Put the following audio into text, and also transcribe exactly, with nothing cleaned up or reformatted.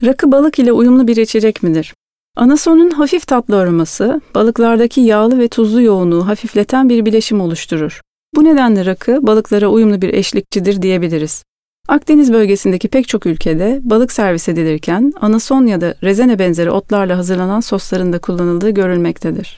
Rakı balık ile uyumlu bir içecek midir? Anasonun hafif tatlı aroması, balıklardaki yağlı ve tuzlu yoğunluğu hafifleten bir bileşim oluşturur. Bu nedenle rakı, balıklara uyumlu bir eşlikçidir diyebiliriz. Akdeniz bölgesindeki pek çok ülkede balık servis edilirken anason ya da rezene benzeri otlarla hazırlanan sosların da kullanıldığı görülmektedir.